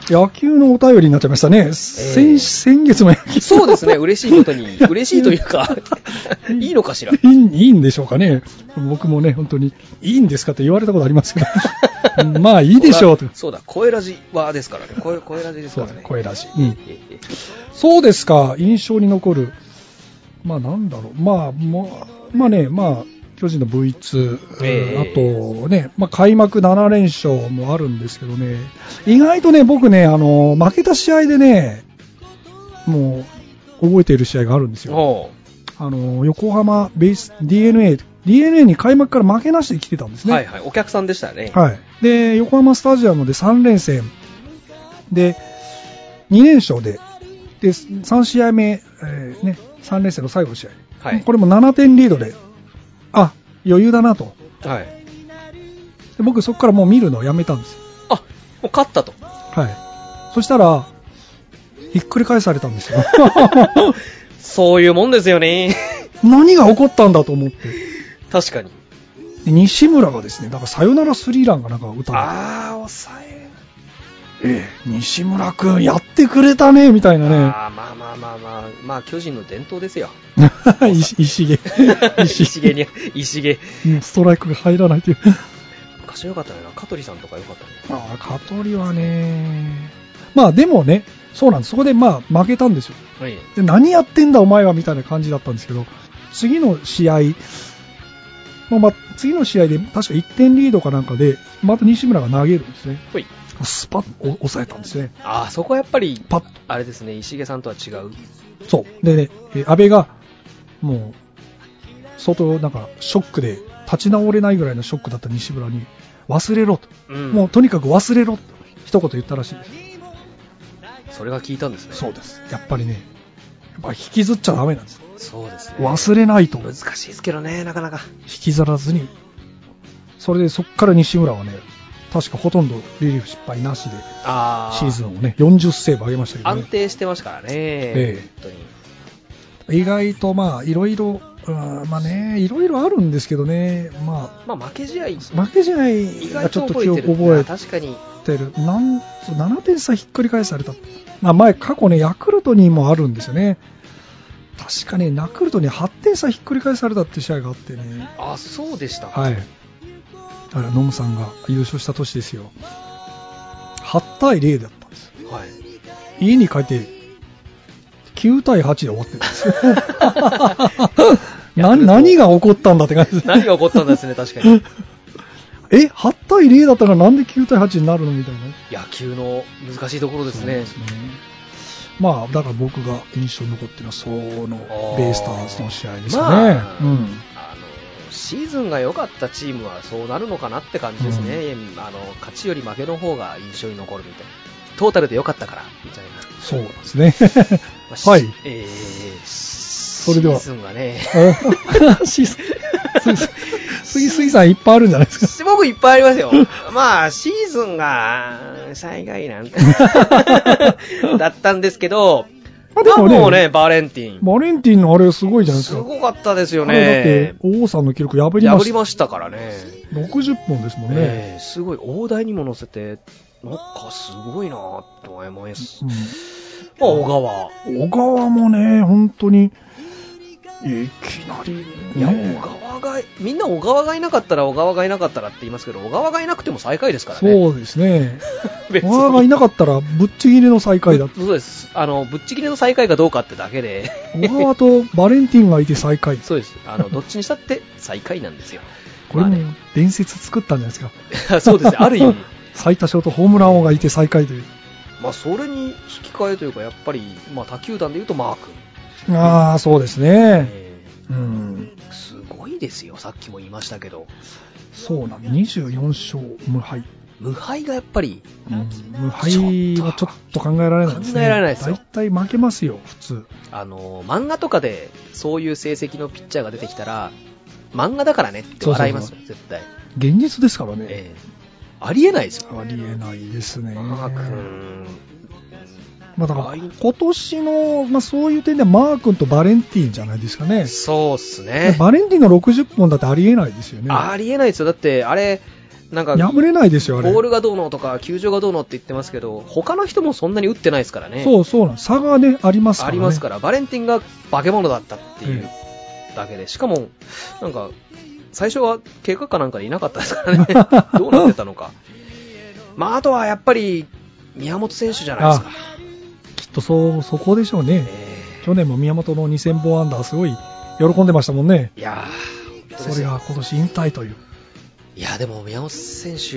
野球のお便りになっちゃいましたね。先, 先月の野球。 そうですね、嬉しいことに、嬉しいというか、いいのかしら。いいいいんでしょうかね。僕もね、本当に、いいんですかって言われたことありますけど、まあいいでしょうと。 そうだ、声ラジはですからね。声、声ラジですからね。 そう声ラジ。うん。そうですか、印象に残る。まあなんだろう。まあ、もうまあね、まあ、巨人の ブイツー、えー、あとね、まあ、開幕なな連勝もあるんですけどね、意外とね、僕ね、あの、負けた試合でね、もう、覚えている試合があるんですよ。あの、横浜ベース、ディーエヌエー、ディーエヌエー に開幕から負けなしで来てたんですね。 はいはい、お客さんでしたね。 はい。で、横浜スタジアムでさん連戦、で、に連勝で、で、さん試合目、えー、ね、さん連戦の最後の試合、はい、これもななてんリードで、あ、余裕だなと。はい。で僕そこからもう見るのをやめたんですよ。 あ、もう勝ったと。 はい。そしたら、ひっくり返されたんですよ。 そういうもんですよね。 何が起こったんだと思って。 確かに。 で西村がですね、だからサヨナラスリーランがなんか打たれて。 あー、抑え。 ええ、西村くんやってくれたねみたいなね。 あまあまあまあまあまあ巨人の伝統ですよ。 石毛石毛に石毛ストライクが入らないという。 昔良かったね。香取さんとか良かったね。 ああ香取はね、まあでもね、そうなんです。そこでまあ負けたんですよ。はい、で何やってんだお前はみたいな感じだったんですけど、次の試合、まあ、まあ次の試合で確かいってんリードかなんかでまた西村が投げるんですね。はい。スパッと抑えたんですね。 ああ、そこはやっぱりパッあれですね、石毛さんとは違う。 そうでね、え安倍がもう相当なんかショックで立ち直れないぐらいのショックだった西村に忘れろと、うん、もうとにかく忘れろと一言言ったらしいです。 それが効いたんですね。 そうです。やっぱりね、やっぱ引きずっちゃダメなんです。 そうですね。 忘れないと難しいですけどね、なかなか引きずらずに、それでそこから西村はね、確かほとんどリリーフ失敗なしでシーズンをねよんじゅうセーブ上げましたけどね。 安定してましたからね、ええ、本当に意外とまあいろいろまあねいろいろあるんですけどね、まあ、まあ負け試合負け試合がちょっと記憶覚えてる。 確かにてるなんななてん差ひっくり返された、まあ、前過去ねヤクルトにもあるんですよね。確かにヤクルトにはってん差ひっくり返されたっていう試合があってね。 あ、そうでした。 はい。だからノムさんが優勝した年ですよ。はちたいゼロだったんです。はい。家に帰ってきゅうたいはちで終わってるんですよ。な何が起こったんだって感じです。 何が起こったんですね、確かに。 え、はちたいゼロだったらなんできゅうたいはちになるのみたいな。 野球の難しいところですね。そうですね。 まあ、だから僕が印象に残ってるのはそのベイスターズの試合ですかね。まあうん、あのシーズンが良かったチームはそうなるのかなって感じですね。うん、あの勝ちより負けの方が印象に残るみたいな。トータルで良かったからみたいな。 そうですね。まあ、はい。えー、 それではシーズンがね。 シーズン。杉杉さんいっぱいあるんじゃないですか。 僕いっぱいありますよ。まあシーズンが最下位なんてだったんですけど、まあもうねバレンティン。 バレンティンのあれすごいじゃないですか。 すごかったですよね。 だって王さんの記録破りました。 破りましたからね。 ろくじゅっぽんですもんね。 えー、すごい大台にも乗せてなんかすごいなと思います。うん、まあ小川。 小川もね本当に。いきなり、ね、 いや小川がみんな小川がいなかったら小川がいなかったらって言いますけど小川がいなくても最下位ですからね。 そうですね。小川がいなかったらぶっちぎりの最下位だった。 そうです。あのぶっちぎりの最下位かどうかってだけで小川とバレンティンがいて最下位。 そうです。あのどっちにしたって最下位なんですよ。 これも伝説作ったんじゃないですか。そうですね。ある意味最多勝とホームラン王がいて最下位という。 まあそれに引き換えというかやっぱりまあ他球団でいうとマー君。 ああそうですね、えー、うん、 すごいですよ。さっきも言いましたけどそうなんにじゅうよん勝無敗無敗がやっぱり、 うん、無敗はちょっと考えられないですね。 考えられないですよ。 大体負けますよ普通。 あの漫画とかでそういう成績のピッチャーが出てきたら漫画だからねって笑いますよ。そうそうそう絶対現実ですからね、 えー、ありえないですよ。 ありえないですね。 マー君まあ、だから今年の、まあ、そういう点ではマー君とバレンティンじゃないですかね。 そうっすね。 バレンティンのろくじゅっぽんだってありえないですよね。 ありえないですよ。だってあれなんか破れないですよ、あれ。 ボールがどうのとか球場がどうのって言ってますけど、他の人もそんなに打ってないですからね。 そうそうなん、差がねありますからね。 ありますから、バレンティンが化け物だったっていうだけで、しかもなんか最初は怪我かなんかでいなかったですからね。どうなってたのか。まああとはやっぱり宮本選手じゃないですか。 きっとそうそこでしょうね。 えー、 去年も宮本のにせんぼん安打すごい喜んでましたもんね。 いやー、 それが今年引退という。 いやでも宮本選手、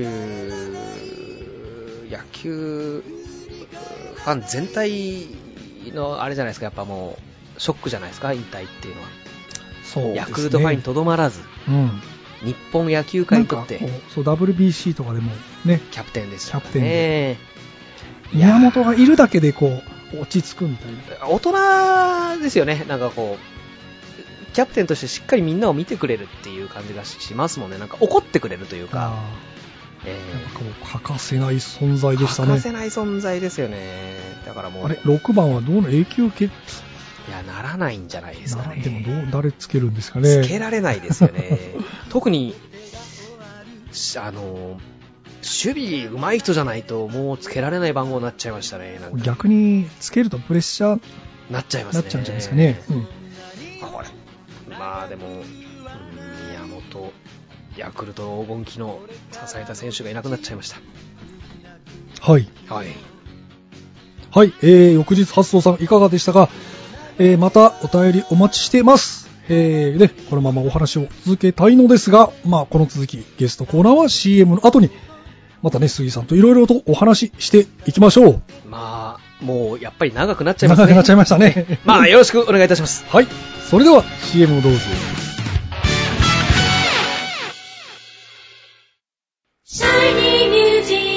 野球ファン全体のあれじゃないですか、やっぱもうショックじゃないですか、引退っていうのは。 そうですね、 ヤクルトファンにとどまらず、うん、日本野球界にとってそう ダブリュービーシー とかでもね、 キャプテンですよね。 キャプテンで宮本がいるだけでこう落ち着くみたいな。 大人ですよね。なんかこうキャプテンとしてしっかりみんなを見てくれるっていう感じがしますもんね。なんか怒ってくれるというか、 えー、なんかもう欠かせない存在でしたね。 欠かせない存在ですよね。だからもうあれろくばんはどうの永久欠、いやならないんじゃないですかね。 でもどう誰つけるんですかね。 つけられないですよね。特にあの守備上手い人じゃないともうつけられない番号になっちゃいましたね。なんか逆につけるとプレッシャーなっちゃいますね。 なっちゃうんじゃないですかね。うん、 これまあでも、うん、宮本、ヤクルト黄金期の支えた選手がいなくなっちゃいました。 はいはいはい、えー、翌日発送さんいかがでしたか。えー、またお便りお待ちしています。えー、でこのままお話を続けたいのですが、まあこの続きゲストコーナーは シーエム の後にまたね杉さんといろいろとお話ししていきましょう。 まあもうやっぱり長くなっちゃいますね。 長くなっちゃいましたね。 まあよろしくお願いいたします。 はい、それでは シーエム をどうぞ。 シャイニーミュージック。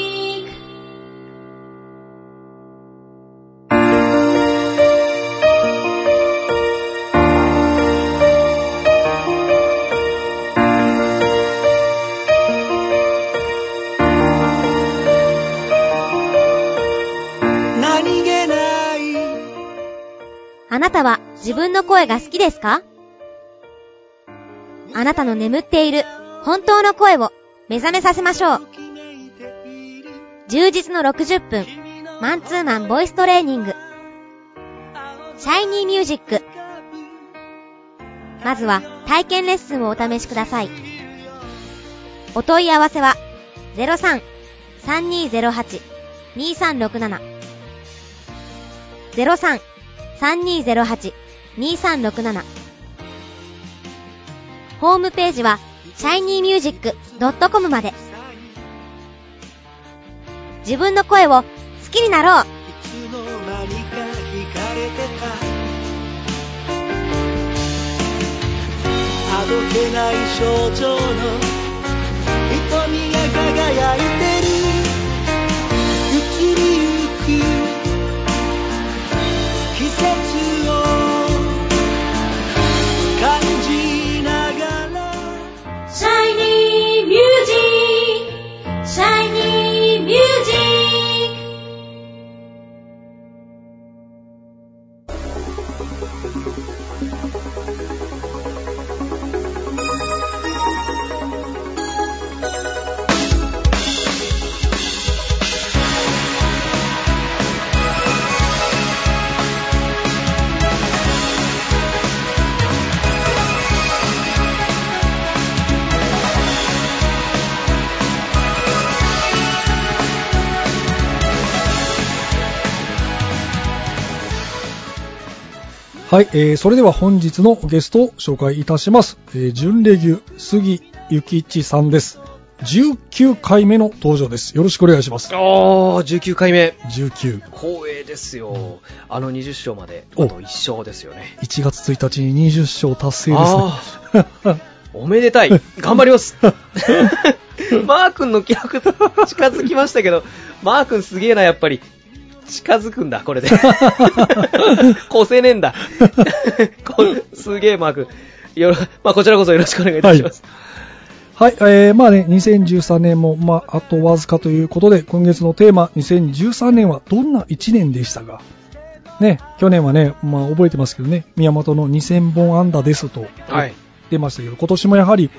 あなたは自分の声が好きですか？あなたの眠っている本当の声を目覚めさせましょう。充実のろくじゅっぷんマンツーマンボイストレーニング、シャイニーミュージック。まずは体験レッスンをお試しください。お問い合わせは ゼロさん さんにーゼロはち にーさんろくなな ゼロさん さんにーゼロはち にーさんろくなな。 ホームページは シャイニーミュージックドットコム まで。自分の声を好きになろう。 いつの間にか惹かれてたあどけない少女の瞳が輝いてる。移りゆく季節を感じながらシャイニーミュージック、シャイニーミュージック。 はい、えー、それでは本日のゲストを紹介いたします。えー、準レギュ杉ゆきちさんです。じゅうきゅうかいめの登場です。よろしくお願いします。 ああ、じゅうきゅうかいめ。 じゅうきゅう。 光栄ですよ。あのにじゅっ勝まであといっ勝ですよね。 いちがつついたちににじゅっ勝達成ですね。 おめでたい。頑張ります。マー君の記録近づきましたけど、マー君すげえな、やっぱり。近づくんだ、これで。越せねえんだ。すげえ、マー君。よろ、まあ、こちらこそよろしくお願いいたします。 はい、はい、えー、まあね、にせんじゅうさんねんも、まあ、あとわずかということで、今月のテーマ、にせんじゅうさんねんはどんないちねんでしたか。ね、去年はね、まあ、覚えてますけどね、宮本のにせんぼん安打ですと、 はい、 出ましたけど、今年もやはり、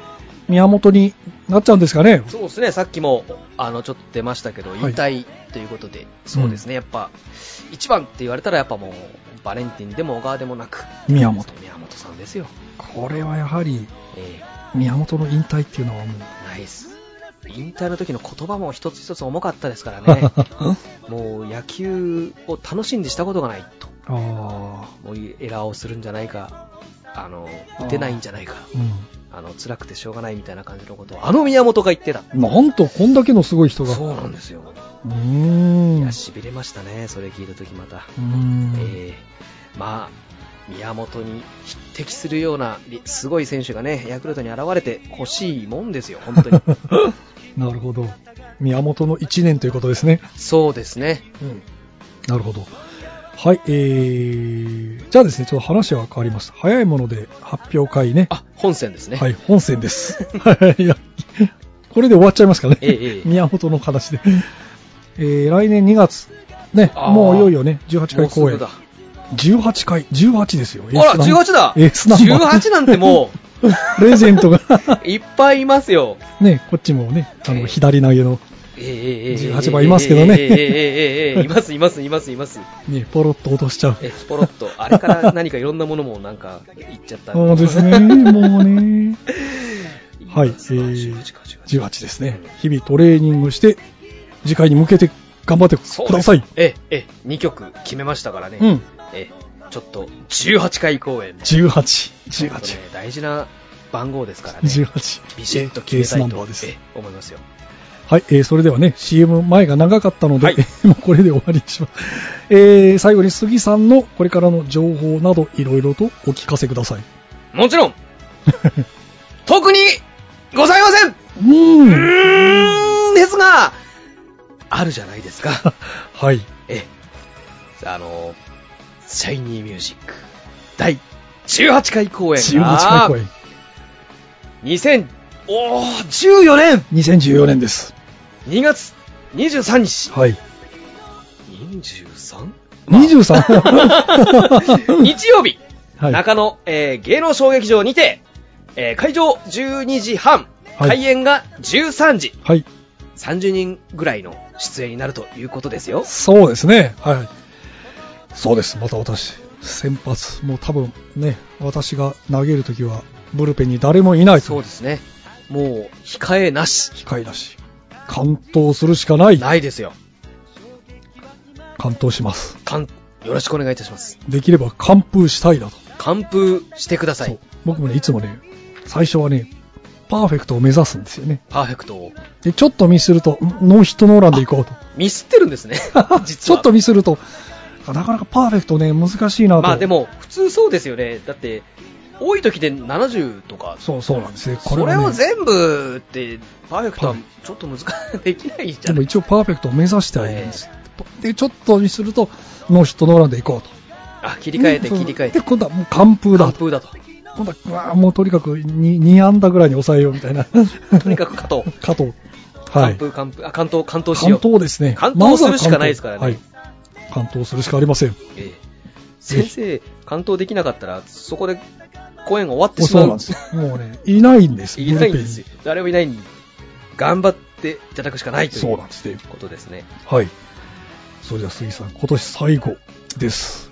宮本になっちゃうんですかね。 そうですね、さっきもあのちょっと出ましたけど、引退ということで、そうですね、やっぱ一番って言われたらやっぱもうバレンティンでも小川でもなく宮本宮本さんですよ。 これはやはり、 え宮本の引退っていうのはもうー、ナイス。引退の時の言葉も一つ一つ重かったですからね。もう野球を楽しんでしたことがないと。 あもうエラーをするんじゃないか、あの打てないんじゃないか、 ー、うんあの辛くてしょうがないみたいな感じのことをあの宮本が言ってた。 なんとこんだけのすごい人が。 そうなんですよ。 うーん。 いや、痺れましたね、それ聞いたときまた。 うーん。 えー、まあ、宮本に匹敵するようなすごい選手がね、ヤクルトに現れて欲しいもんですよ、本当に。 なるほど。宮本のいちねんということですね。 そうですね。 うん。なるほど。はい、えー、じゃあですね、ちょっと話は変わります。早いもので発表会ね。 あ、本戦ですね。 はい、本戦です。いや、これで終わっちゃいますかね。 ええええ、 宮本の話で。えー、来年にがつ、ね、もういよいよね、じゅうはちかい公演。じゅうはちかい、じゅうはちですよ。 あら、じゅうはちだ。 エースナンバー。 じゅうはちなんてもう、レジェンドが。 いっぱいいますよ。 ね、こっちもね、あの、 えー、 左投げの。 えー、 じゅうはちばんいますけどね。 えー、えー、えー、えー、います、います、います、います。 ね、ポロッと落としちゃう。 え、ポロッと。あれから何かいろんなものもなんか言っちゃった。 そうですね、もうね。はい、えー、じゅうはちですね。日々トレーニングして、次回に向けて頑張ってください。 え、え、にきょく決めましたからね。 うん。 え、ちょっとじゅうはちかい公演。 じゅうはち。じゅうはち。 ね、大事な番号ですからね。 じゅうはち。 ビシッと決めたいと、 エースナンバーです。 え、思いますよ。 はい、えー、それではね、シーエム 前が長かったので、はい、もうこれで終わりにします。えー、最後に杉さんのこれからの情報などいろいろとお聞かせください。 もちろん特にございません。うーん。 うーんですが、あるじゃないですか。 はい。 え、あの、シャイニーミュージックだいじゅうはちかい公演が。 じゅうはちかい公演。 にせんじゅうよねん。 にせんじゅうよねんです。 にがつにじゅうさんにち。 はい。 にじゅうさん？ にじゅうさん? 日曜日、 はい、 中野、えー、芸能小劇場にて、えー、会場じゅうにじはん、はい、開演がじゅうさんじ、 はい、 さんじゅうにんぐらいの出演になるということですよ。 そうですね。はい。そうです。また私、先発、もう多分ね、私が投げるときは、ブルペンに誰もいないと。 そうですね。もう、控えなし。 控えなし。完投するしかない。 ないですよ。 完投します。 完、よろしくお願いいたします。 できれば完封したいなと。 完封してください。そう。 僕もね、いつもね、最初はね、パーフェクトを目指すんですよね。 パーフェクトを。 で、ちょっとミスると、ノーヒットノーランでいこうと。 ミスってるんですね。実は。 ちょっとミスると、なかなかパーフェクトね、難しいなと。 まあでも、普通そうですよね。だって、多い時でななじゅうとか。 そうそうなんですね。 これ、ね、それを全部って、パーフェクトはちょっと難しい、できないじゃん。 でも一応パーフェクトを目指してはいるんです。で、ちょっとミスると、ノーヒットノーランでいこうと。 あ、切り替えて切り替えて。 で、今度はもう完封だと。 完封だと。 今度は、うわもうとにかく 2, に安打ぐらいに抑えようみたいな。 とにかく加藤。 加藤。 はい。完封、完封、あ、完投、完投しよう。 完投ですね。 完投するしかないですからね。 はい。完投するしかありません。 ええ。先生、完投できなかったら、そこで公演が終わってしまう。 そうなんです。もうね、いないんです。 いないんですよ。誰もいないんで、頑張っていただくしかないということですね。 はい。それでは杉さん、今年最後です。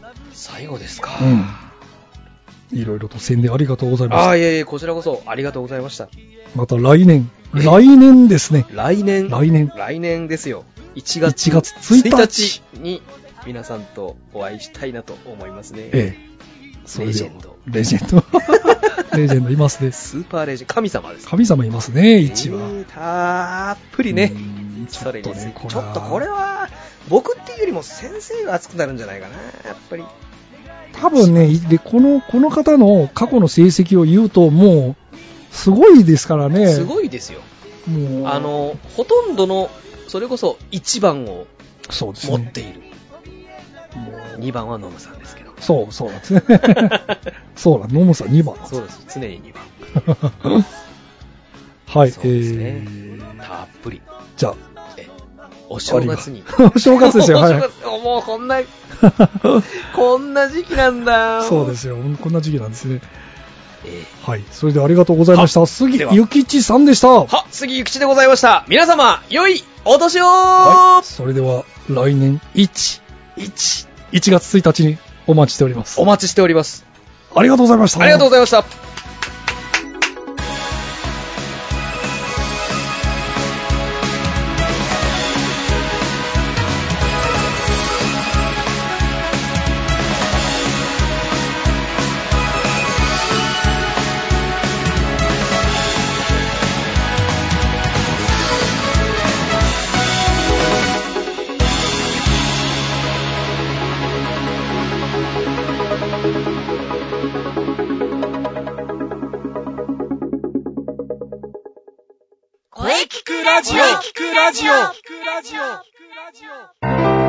最後ですか。 うん。いろいろと宣伝ありがとうございました。 ああ、いえいえ、こちらこそありがとうございました。 また来年、来年ですね。 来年。 来年。 来年ですよ。いちがつついたちに皆さんとお会いしたいなと思いますね。 ええ。 レジェンド。 レジェンド。レジェンドいますね。 スーパーレジェンド。神様です。 神様いますね、いちわ。 えー、たっぷりね。それについて。ちょっとこれは、僕っていうよりも先生が熱くなるんじゃないかな、やっぱり。 多分ね、で、この、この方の過去の成績を言うと、もう、すごいですからね。 すごいですよ。もう。あの、ほとんどの、それこそいちばんを持っている。もうにばんはノムさんですけど。 そう、そうなんですね。そうなん、ノムさんにばんなんです。 そうです、常ににばん。 はい、 そうですね、えー。たっぷり。 じゃあ、 お正月に。 お正月ですよ、はい。 もうこんな、こんな時期なんだ。 そうですよ、こんな時期なんですね。 えはい。それではありがとうございました。杉ではゆきちさんでした。 ー、は、杉ゆきちでございました。皆様、良いお年を、 はい。それでは、来年いち、いち、いちがつついたちにお待ちしております。 お待ちしております。 ありがとうございました。 ありがとうございました。 声聞くラジオ聞くラジオ聞くラジオ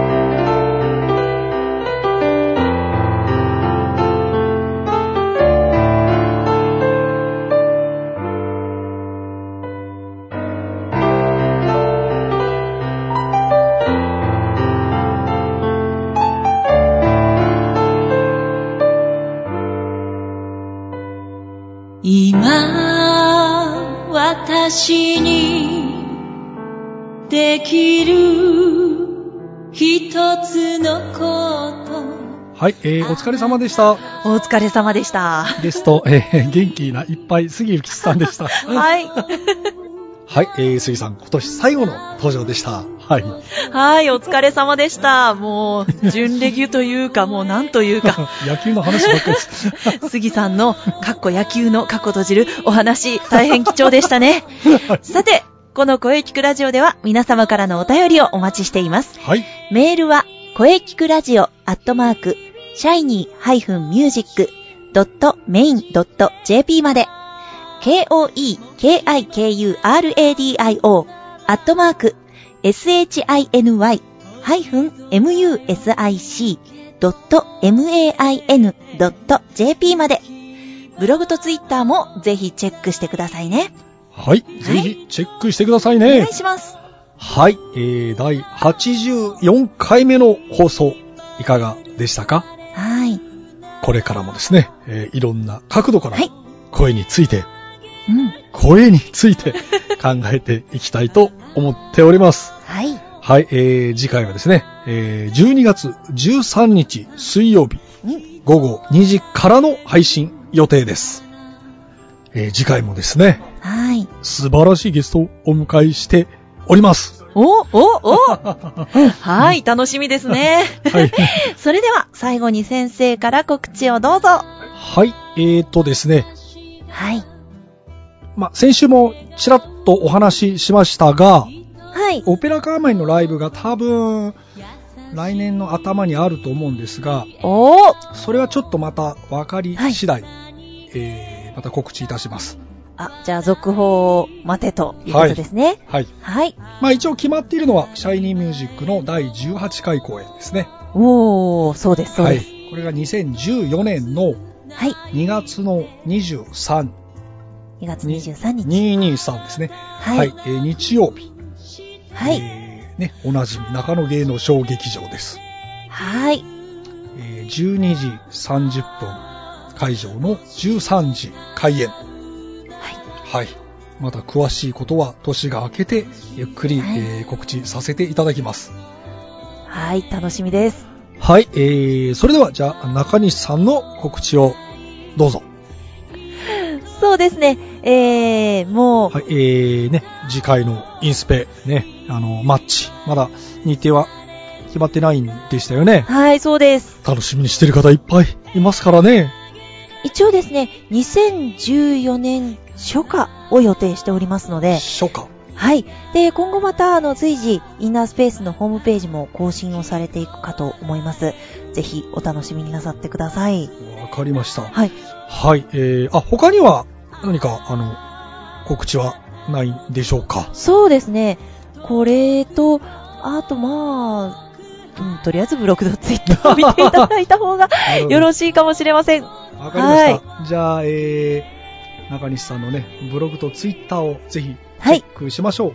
今私にできる一つのことはい、えー、お疲れ様でした。 お疲れ様でした。 ゲスト、えー、元気ないっぱい杉ゆきちさんでした。 はい。 はい、えー、杉さん、今年最後の登場でした。はい。 はい、お疲れ様でした。もう、準レギュというか、もうなんというか。 野球の話ばっかりです。 杉さんの、かっこ野球のかっこ閉じるお話、大変貴重でしたね。さて、この声聞くラジオでは、皆様からのお便りをお待ちしています。 はい。 メールは、声聞くラジオアットマーク、シャイニー ミュージック ドット メイン ドット ジェーピー まで、ケーオーイーケーアイケーユーアールエーディーアイオー アットマーク シャイニー ミュージック ドット メイン ドット ジェーピー まで、ブログとツイッターもぜひチェックしてくださいね。 はい。ぜひチェックしてくださいね。 お願いします。 はい。えー、だいはちじゅうよんかいめの放送、いかがでしたか？ はい。 これからもですね、えー、いろんな角度から声について、はい、 うん、 声について考えていきたいと思っております。 はい。 はい、えー、次回はですね、えー、じゅうにがつじゅうさんにち水曜日、午後にじからの配信予定です。えー、次回もですね、 はい。 素晴らしいゲストをお迎えしております。 お、お、おはい、楽しみですね。はい。それでは、最後に先生から告知をどうぞ。 はい、えーとですね。 はい。 まあ、先週もちらっとお話ししましたが、 はい。 オペラカーマインのライブが多分、来年の頭にあると思うんですが、 おー。 それはちょっとまた分かり次第、はい、えー、また告知いたします。 あ、じゃあ続報を待てということですね。 はい。 はい。 まあ一応決まっているのは、シャイニーミュージックのだいじゅうはちかい公演ですね。 おー、そうです、そうです。 はい。これがにせんじゅうよねんのにがつのにじゅうさんにち。 にがつにじゅうさんにち。 にひゃくにじゅうさんですね。 はい。 はい、えー、日曜日。 はい。 えー、ね、おなじみ、中野芸能小劇場です。 はい。 えー、じゅうにじさんじゅっぷん会場のじゅうさんじ開演。はい。また詳しいことは年が明けてゆっくり、はい、えー、告知させていただきます。 はい、楽しみです。 はい、えー、それではじゃあ中西さんの告知をどうぞ。 そうですね、えー、もう、 はい、えー、ね、次回のインスペ、ね、あの、マッチ、まだ日程は決まってないんでしたよね。 はい、そうです。 楽しみにしてる方いっぱいいますからね。 一応ですね、にせんじゅうよねん初夏を予定しておりますので。 初夏。 はい。で、今後また、あの、随時、インナースペースのホームページも更新をされていくかと思います。ぜひ、お楽しみになさってください。 わかりました。 はい。 はい。えー、あ、他には何か、あの、告知はないんでしょうか？ そうですね。これと、あと、まあ、うん、とりあえずブログとツイッターを見ていただいた方がよろしいかもしれません。 わかりました。はい、じゃあ、えー、中西さんのね、ブログとツイッターをぜひチェックしましょう。はい、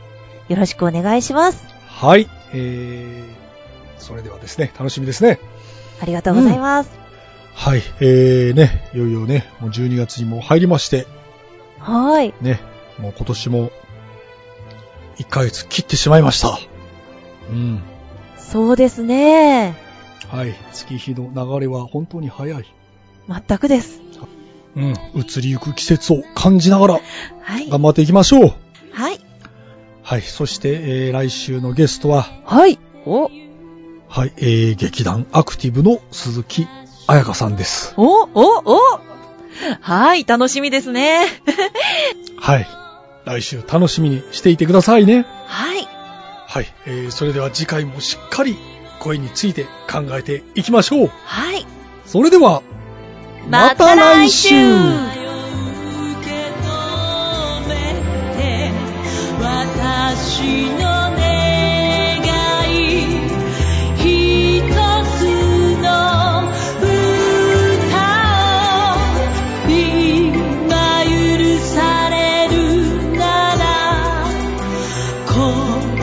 よろしくお願いします。 はい。えー、それではですね、楽しみですね。 ありがとうございます。 うん、 はい、えーね、いよいよね、もうじゅうにがつにも入りまして、 はい。 ね、もう今年もいっかげつ切ってしまいました。うん。 そうですね。 はい、月日の流れは本当に早い。 全くです。 うん、移りゆく季節を感じながら、 はい。 頑張っていきましょう。 はい。 はい、そして、えー、来週のゲストは、 はい。おはい、えー、劇団アクティブの鈴木彩香さんです。 おおおはい、楽しみですね。 はい、来週楽しみにしていてくださいね。 はい。 はい、えー、それでは次回もしっかり声について考えていきましょう。 はい。 それでは、 また来週。 私の願い一つの歌を今許されるならこ